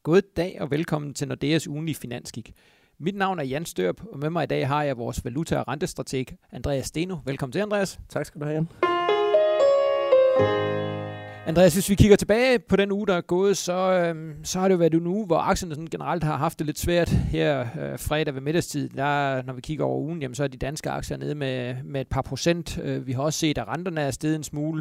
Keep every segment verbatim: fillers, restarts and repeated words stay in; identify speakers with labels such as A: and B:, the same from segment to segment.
A: God dag og velkommen til Nordeas ugenlige Finanskig. Mit navn er Jan Størp, og med mig i dag har jeg vores valuta- og rentestrateg Andreas Steno. Velkommen til, Andreas.
B: Tak skal du have, Jan.
A: Andreas, hvis vi kigger tilbage på den uge, der er gået, så, øhm, så har det jo været en uge, hvor aktierne sådan generelt har haft det lidt svært her øh, fredag ved middagstid. Der, når vi kigger over ugen, jamen, så er de danske aktier nede med, med et par procent. Øh, vi har også set, at renterne er steget en smule.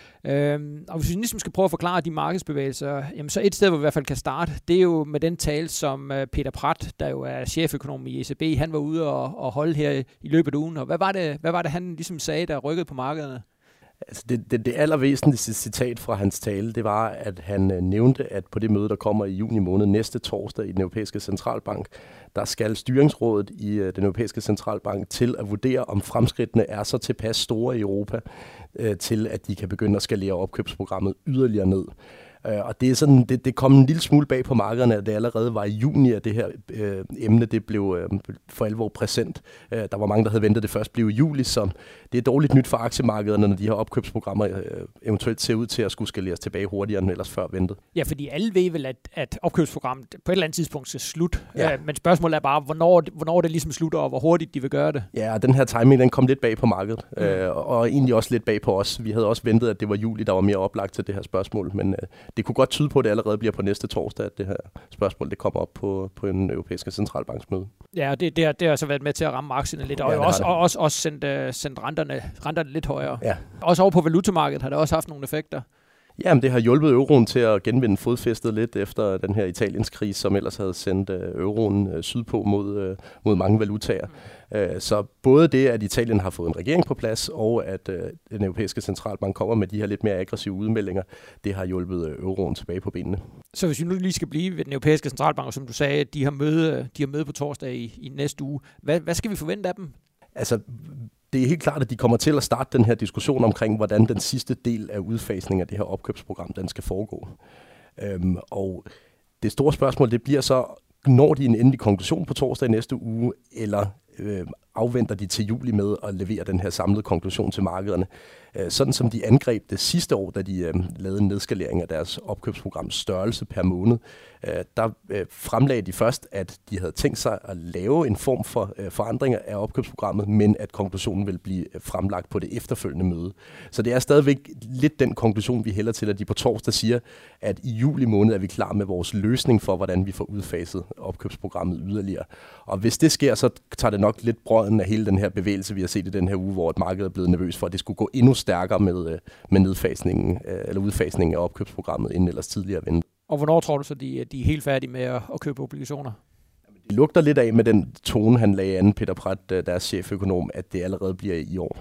A: Øhm, og hvis vi ligesom skal prøve at forklare de markedsbevægelser, jamen så et sted, hvor vi i hvert fald kan starte, det er jo med den tale, som uh, Peter Pradt, der jo er cheføkonom i E C B, han var ude og, og holde her i løbet af ugen. Og hvad var det, hvad var det han ligesom sagde, der rykkede på markederne?
B: Altså det, det, det allervæsentligste citat fra hans tale, det var, at han øh, nævnte, at på det møde, der kommer i juni måned næste torsdag i den europæiske centralbank, der skal styringsrådet i øh, den europæiske centralbank til at vurdere, om fremskridtene er så tilpas store i Europa, øh, til at de kan begynde at skalere opkøbsprogrammet yderligere ned. Og det er sådan, det, det kom en lille smule bag på markederne, at det allerede var i juni, at det her øh, emne det blev øh, for alvor præsent. Øh, der var mange, der havde ventet, det først blev i juli, så det er dårligt nyt for aktiemarkederne, når de her opkøbsprogrammer øh, eventuelt ser ud til at skulle skaleres tilbage hurtigere end ellers før ventet.
A: Ja, fordi alle ved vel, at, at opkøbsprogrammet på et eller andet tidspunkt skal slutte.
B: Ja.
A: Øh, men spørgsmålet er bare, hvornår, hvornår det ligesom slutter, og hvor hurtigt de vil gøre det.
B: Ja, den her timing, den kom lidt bag på markedet, mm. øh, og egentlig også lidt bag på os. Vi havde også ventet, at det var juli, der var mere oplagt til det her spørgsmål, men øh, det kunne godt tyde på, at det allerede bliver på næste torsdag, at det her spørgsmål det kommer op på, på en europæiske centralbanksmøde.
A: Ja, og det, det, har, det har så været med til at ramme aktierne lidt, og ja, også, og også, også sendt, uh, sendt renterne, renterne lidt højere. Ja. Også over på valutamarkedet har det også haft nogle effekter.
B: Jamen, det har hjulpet euroen til at genvinde fodfæstet lidt efter den her Italiens krise, som ellers havde sendt euroen sydpå mod, mod mange valutaer. Mm. Så både det, at Italien har fået en regering på plads, og at den europæiske centralbank kommer med de her lidt mere aggressive udmeldinger, det har hjulpet euroen tilbage på benene.
A: Så hvis vi nu lige skal blive ved den europæiske centralbank, som du sagde, de har møde, de har møde på torsdag i, i næste uge. Hvad, hvad skal vi forvente af dem?
B: Altså, det er helt klart, at de kommer til at starte den her diskussion omkring, hvordan den sidste del af udfasningen af det her opkøbsprogram, den skal foregå. Øhm, og det store spørgsmål, det bliver så, når de en endelig konklusion på torsdag i næste uge, eller øh, afventer de til juli med at levere den her samlede konklusion til markederne. Øh, sådan som de angreb det sidste år, da de øh, lavede en nedskalering af deres opkøbsprograms størrelse per måned, øh, der øh, fremlagde de først, at de havde tænkt sig at lave en form for øh, forandringer af opkøbsprogrammet, men at konklusionen vil blive fremlagt på det efterfølgende møde. Så det er stadigvæk lidt den konklusion, vi hælder til, at de på torsdag siger, at i juli måned er vi klar med vores løsning for, hvordan vi får udfaset opkøbsprogrammet yderligere. Og hvis det sker, så tager det nok lidt brøden af hele den her bevægelse, vi har set i den her uge, hvor et marked er blevet nervøs for, at det skulle gå endnu stærkere med, med nedfasningen, eller udfasningen af opkøbsprogrammet, end ellers tidligere ventet.
A: Og hvornår tror du så, de, de er helt færdige med at, at købe obligationer?
B: Det lugter lidt af med den tone, han lagde an, Peter Pradt, deres cheføkonom, at det allerede bliver i år.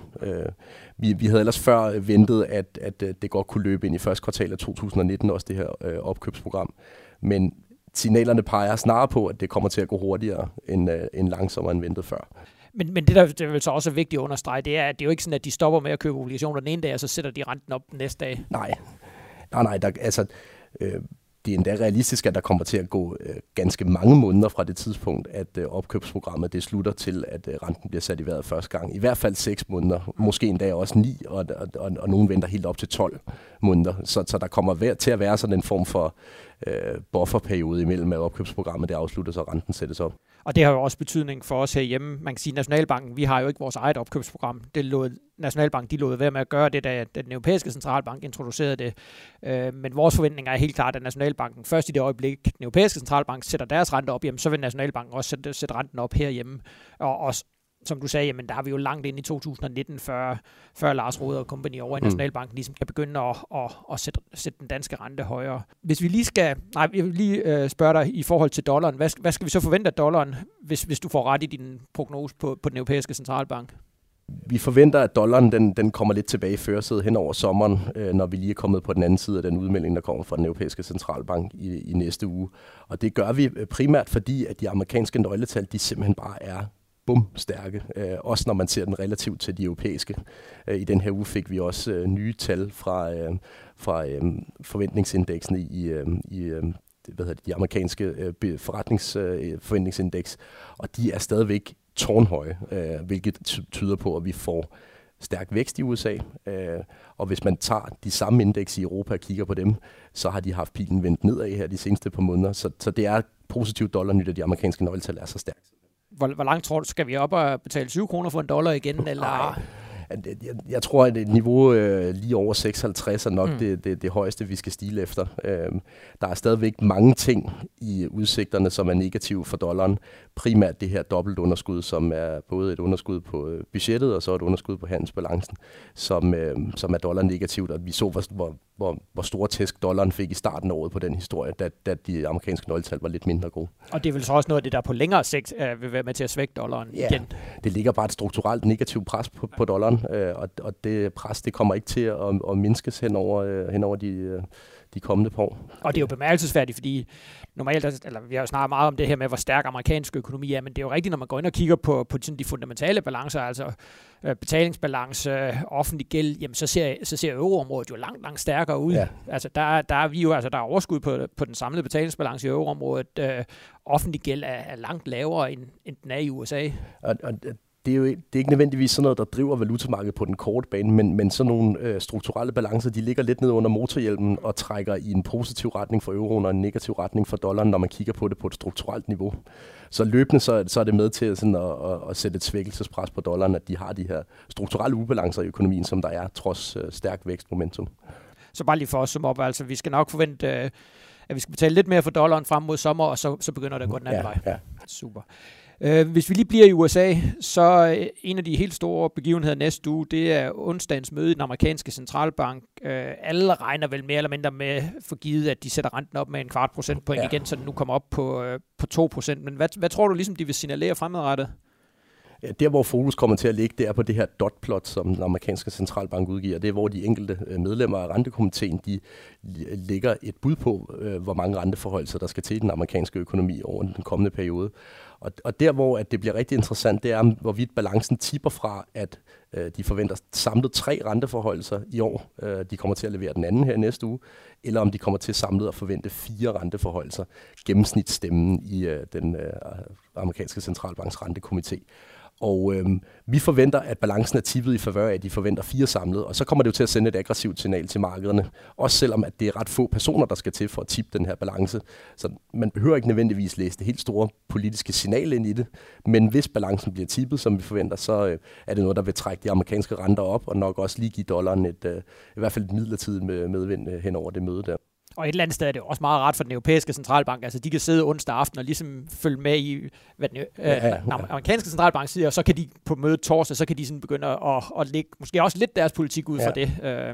B: Vi, vi havde ellers før ventet, at, at det godt kunne løbe ind i første kvartal af to tusind nitten, også det her opkøbsprogram. Men signalerne peger snarere på, at det kommer til at gå hurtigere end, end langsommere end ventet før.
A: Men, men det, der det vil så også er vigtigt at understrege, det er, at det er jo ikke sådan, at de stopper med at købe obligationer den ene dag, og så sætter de renten op den næste dag.
B: Nej, nej, nej der, altså, øh, det er endda realistisk, at der kommer til at gå øh, ganske mange måneder fra det tidspunkt, at øh, opkøbsprogrammet det slutter til, at øh, renten bliver sat i vejret første gang. I hvert fald seks måneder, måske endda også ni, og, og, og, og nogen venter helt op til tolv måneder. Så, så der kommer vær, til at være sådan en form for øh, bufferperiode imellem, at opkøbsprogrammet det afsluttes, og renten sættes op.
A: Og det har jo også betydning for os herhjemme. Man kan sige, at Nationalbanken, vi har jo ikke vores eget opkøbsprogram. Det lod Nationalbanken, de lod være med at gøre det, da den europæiske centralbank introducerede det. Men vores forventninger er helt klart, at Nationalbanken først i det øjeblik, den europæiske centralbank sætter deres rente op, jamen, så vil Nationalbanken også sætte, sætte renten op herhjemme. Og også, som du sagde, jamen, der er vi jo langt ind i to tusind nitten, før, før Lars Rohde og company over i Nationalbanken ligesom kan begynde at, at, at sætte, sætte den danske rente højere. Hvis vi lige skal, nej, jeg vil lige uh, spørge dig i forhold til dollaren. Hvad, hvad skal vi så forvente af dollaren, hvis, hvis du får ret i din prognose på, på den europæiske centralbank?
B: Vi forventer, at dollaren den, den kommer lidt tilbage i førersædet hen over sommeren, øh, når vi lige er kommet på den anden side af den udmelding, der kommer fra den europæiske centralbank i, i næste uge. Og det gør vi primært, fordi at de amerikanske nøgletal, de simpelthen bare er bumstærke, øh, også når man ser den relativt til de europæiske. Øh, I den her uge fik vi også øh, nye tal fra, øh, fra øh, forventningsindeksen i, øh, i øh, hvad hedder det, de amerikanske øh, forretningsforventningsindeks, øh, og de er stadigvæk tårnhøje, øh, hvilket tyder på, at vi får stærk vækst i U S A, øh, og hvis man tager de samme indeks i Europa og kigger på dem, så har de haft pilen vendt nedad her de seneste par måneder. Så, så det er positivt dollarnyt, at de amerikanske nøgletal er så stærkt.
A: Hvor, hvor langt tror du, skal vi op og betale syv kroner for en dollar igen? Eller?
B: Nej. Jeg, jeg tror, at et niveau øh, lige over seksoghalvtreds er nok mm. det, det, det højeste, vi skal stile efter. Øhm, der er stadigvæk mange ting i udsigterne, som er negative for dollaren. Primært det her dobbelt underskud, som er både et underskud på budgettet og så et underskud på handelsbalancen, som, øh, som er dollar negativt. Og vi så, hvor, hvor, hvor store tæsk dollaren fik i starten af året på den historie, da, da de amerikanske nøgletal var lidt mindre gode.
A: Og det er vel så også noget af det, der på længere sigt øh, vil være med til at svække dollaren
B: ja,
A: igen?
B: Det ligger bare et strukturelt negativt pres på, på dollaren. Og, og det pres, det kommer ikke til at, at mindskes hen over, hen over de, de kommende par år.
A: Og det er jo bemærkelsesværdigt, fordi normalt, eller vi har jo snakket meget om det her med, hvor stærk amerikansk økonomi er, men det er jo rigtigt, når man går ind og kigger på, på sådan de fundamentale balancer, altså øh, betalingsbalance, øh, offentlig gæld, jamen så ser, så ser euroområdet jo langt, langt stærkere ud. Ja. Altså der, der er vi jo, altså der er overskud på, på den samlede betalingsbalance i euroområdet. Øh, offentlig gæld er, er langt lavere, end, end den er i U S A.
B: Og, og Det er jo det er ikke nødvendigvis sådan noget, der driver valutamarkedet på den korte bane, men, men sådan nogle øh, strukturelle balancer, de ligger lidt ned under motorhjelmen og trækker i en positiv retning for euroen og en negativ retning for dollaren, når man kigger på det på et strukturelt niveau. Så løbende så, så er det med til sådan at, at, at sætte et svækkelsespres på dollaren, at de har de her strukturelle ubalancer i økonomien, som der er, trods øh, stærk vækstmomentum.
A: Så bare lige for os som op, altså vi skal nok forvente, øh, at vi skal betale lidt mere for dollaren frem mod sommer, og så, så begynder det at gå den anden
B: ja,
A: vej.
B: Ja.
A: Super. Hvis vi lige bliver i U S A, så en af de helt store begivenheder næste uge, det er onsdagens møde i den amerikanske centralbank. Alle regner vel mere eller mindre med for givet, at de sætter renten op med en kvart procentpoint ja. igen, så den nu kommer op på, på to procent. Men hvad, hvad tror du ligesom, de vil signalere fremadrettet?
B: Ja, der, hvor fokus kommer til at ligge, det er på det her dotplot, som den amerikanske centralbank udgiver. Det er, hvor de enkelte medlemmer af rentekomiteen, de lægger et bud på, hvor mange renteforholdelser, der skal til i den amerikanske økonomi over den kommende periode. Og, og der, hvor at det bliver rigtig interessant, det er, hvorvidt balancen tipper fra, at øh, de forventer samlet tre renteforholdelser i år. Øh, de kommer til at levere den anden her næste uge. Eller om de kommer til samlet at forvente fire renteforholdelser. Gennemsnitsstemmen i øh, den øh, amerikanske centralbanks rentekomité. Og øh, vi forventer, at balancen er tippet i favør af, at de forventer fire samlet, og så kommer det jo til at sende et aggressivt signal til markederne. Også selvom at det er ret få personer, der skal til for at tippe den her balance. Så man behøver ikke nødvendigvis læse det helt store politiske signal ind i det, men hvis balancen bliver tippet, som vi forventer, så øh, er det noget, der vil trække de amerikanske renter op, og nok også lige give dollaren et, øh, i hvert fald et midlertidigt medvind øh, hen over det møde der.
A: Og et eller andet sted er det også meget ret for den europæiske centralbank. Altså, de kan sidde onsdag aften og ligesom følge med i, hvad den, øh, ja, ja. den amerikanske centralbank siger, og så kan de på mødet torsdag, så kan de sådan begynde at, at lægge måske også lidt deres politik ud ja. fra det. Øh.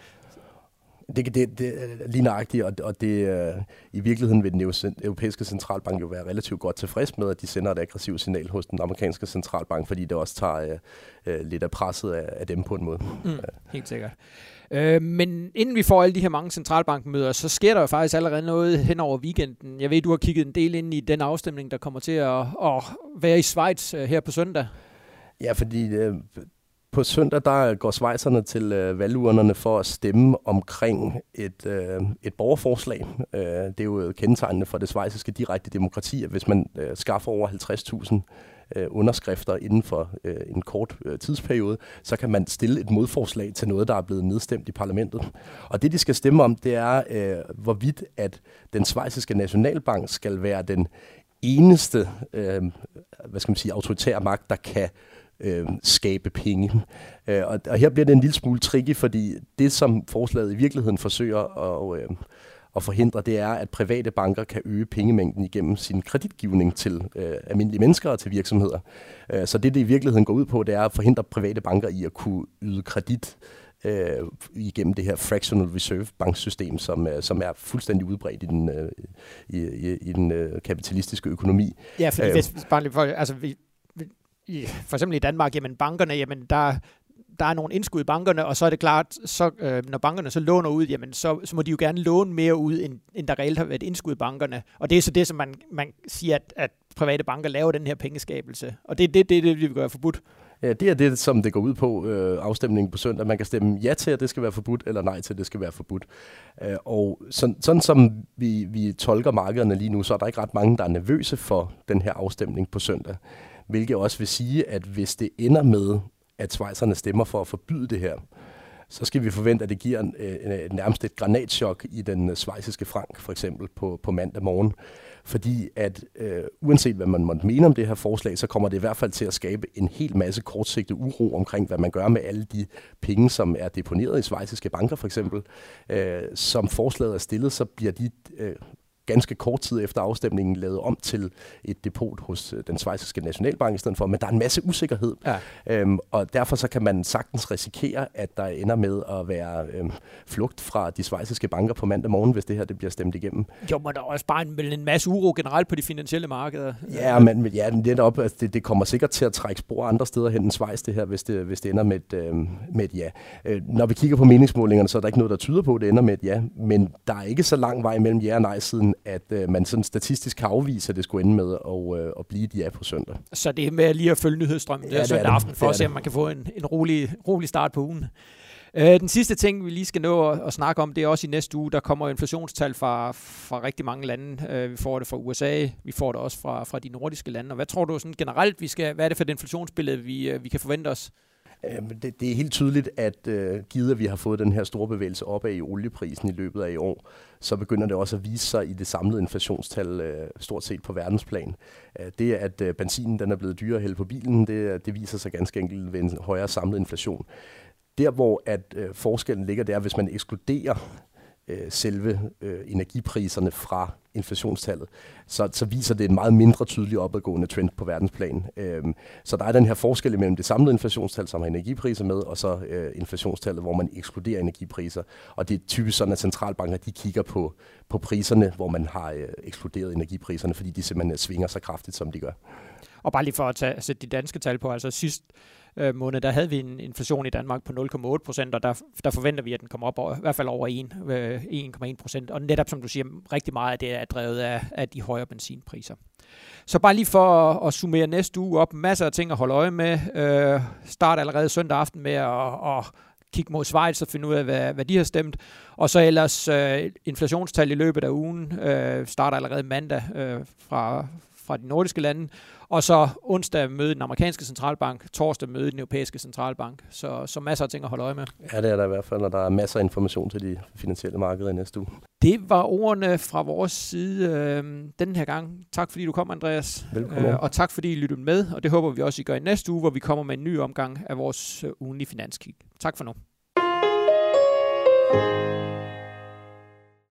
B: Det, det, det er lige nøjagtigt, og, og det, uh, i virkeligheden vil den europæiske centralbank jo være relativt godt tilfreds med, at de sender et aggressivt signal hos den amerikanske centralbank, fordi det også tager uh, uh, lidt af presset af, af dem på en måde.
A: Mm, helt sikkert. Øh, men inden vi får alle de her mange centralbankmøder, så sker der jo faktisk allerede noget hen over weekenden. Jeg ved, du har kigget en del ind i den afstemning, der kommer til at, at være i Schweiz uh, her på søndag.
B: Ja, fordi... Uh, På søndag der går schweizerne til øh, valgurnerne for at stemme omkring et, øh, et borgerforslag. Øh, det er jo kendetegnende for det schweiziske direkte demokrati, at hvis man øh, skaffer over halvtreds tusind øh, underskrifter inden for øh, en kort øh, tidsperiode, så kan man stille et modforslag til noget, der er blevet nedstemt i parlamentet. Og det, de skal stemme om, det er, øh, hvorvidt at den schweiziske nationalbank skal være den eneste øh, hvad skal man sige, autoritære magt, der kan Øh, skabe penge. Øh, og, og her bliver det en lille smule tricky, fordi det, som forslaget i virkeligheden forsøger at, øh, at forhindre, det er, at private banker kan øge pengemængden igennem sin kreditgivning til øh, almindelige mennesker og til virksomheder. Øh, så det, det i virkeligheden går ud på, det er at forhindre private banker i at kunne yde kredit øh, igennem det her fractional reserve banksystem, som, øh, som er fuldstændig udbredt i den, øh, i, i, i den øh, kapitalistiske økonomi.
A: Ja, for øh, hvis, bare lige for, altså vi I, for eksempel i Danmark, jamen bankerne, jamen der, der er nogle indskud i bankerne, og så er det klart, så, øh, når bankerne så låner ud, jamen så, så må de jo gerne låne mere ud, end, end der reelt har været indskud i bankerne. Og det er så det, som man, man siger, at, at private banker laver den her pengeskabelse. Og det er det, det, det, vi vil gøre forbudt.
B: Ja, det er det, som det går ud på, øh, afstemningen på søndag. Man kan stemme ja til, at det skal være forbudt, eller nej til, at det skal være forbudt. Øh, og sådan, sådan som vi, vi tolker markederne lige nu, så er der ikke ret mange, der er nervøse for den her afstemning på søndag. Hvilket også vil sige, at hvis det ender med, at schweizerne stemmer for at forbyde det her, så skal vi forvente, at det giver en, en, nærmest et granatschok i den schweiziske frank, for eksempel på, på mandag morgen. Fordi at øh, uanset hvad man måtte mene om det her forslag, så kommer det i hvert fald til at skabe en hel masse kortsigtet uro omkring, hvad man gør med alle de penge, som er deponeret i schweiziske banker, for eksempel. Øh, som forslaget er stillet, så bliver de øh, ganske kort tid efter afstemningen lavet om til et depot hos den schweiziske nationalbank i stedet for, men der er en masse usikkerhed, ja. øhm, og derfor så kan man sagtens risikere, at der ender med at være øhm, flugt fra de schweiziske banker på mandag morgen, hvis det her det bliver stemt igennem.
A: Jo, men der er også bare en, en masse uro generelt på de finansielle markeder.
B: Ja, men ja, netop, altså det, det kommer sikkert til at trække spor andre steder hen end Schweiz, det her, hvis det, hvis det ender med et, øhm, med et ja. Øh, når vi kigger på meningsmålingerne, så er der ikke noget, der tyder på, at det ender med et ja, men der er ikke så lang vej mellem ja og nej siden, at øh, man sådan statistisk kan afvise, at det skulle ende med at, øh, at blive et ja på søndag.
A: Så det er med lige at følge nyhedsstrømmen ja, søndag aften, for at se, om man kan få en, en rolig, rolig start på ugen. Øh, den sidste ting, vi lige skal nå at, at snakke om, det er også i næste uge, der kommer inflationstal fra, fra rigtig mange lande. Øh, vi får det fra U S A, vi får det også fra, fra de nordiske lande. Og hvad tror du sådan generelt, vi skal, hvad er det for et inflationsbillede, vi, vi kan forvente os?
B: Det, det er helt tydeligt, at uh, givet at vi har fået den her store bevægelse opad i olieprisen i løbet af i år, så begynder det også at vise sig i det samlede inflationstal uh, stort set på verdensplan. Uh, det, at uh, benzinen den er blevet dyrere at hælde på bilen, det, det viser sig ganske enkelt ved en højere samlet inflation. Der, hvor at uh, forskellen ligger, det er, hvis man ekskluderer uh, selve uh, energipriserne fra inflationstallet, så, så viser det en meget mindre tydelig opadgående trend på verdensplan. Øhm, så der er den her forskel mellem det samlede inflationstal, som har energipriser med, og så øh, inflationstallet, hvor man ekskluderer energipriser. Og det er typisk sådan, at centralbanker de kigger på, på priserne, hvor man har øh, ekskluderet energipriserne, fordi de simpelthen svinger så kraftigt, som de gør.
A: Og bare lige for at tage, sætte de danske tal på, altså sidst øh, måned, der havde vi en inflation i Danmark på nul komma otte procent, og der, der forventer vi, at den kommer op over, i hvert fald over en, øh, en komma en procent. Og netop som du siger, rigtig meget af det er drevet af, af de højere benzinpriser. Så bare lige for at, at summere næste uge op, masser af ting at holde øje med. Øh, start allerede søndag aften med at, at kigge mod Schweiz og finde ud af, hvad, hvad de har stemt. Og så ellers øh, inflationstal i løbet af ugen øh, starter allerede mandag øh, fra, fra de nordiske lande. Og så onsdag møde den amerikanske centralbank, torsdag møde den europæiske centralbank. Så, så masser af ting at holde øje med.
B: Ja, det er der i hvert fald, og der er masser af information til de finansielle markeder i næste uge.
A: Det var ordene fra vores side øh, den her gang. Tak fordi du kom, Andreas.
B: Velkommen.
A: Øh, og tak fordi I lyttede med, og det håber vi også, I gør i næste uge, hvor vi kommer med en ny omgang af vores øh, ugenlige finanskig. Tak for nu.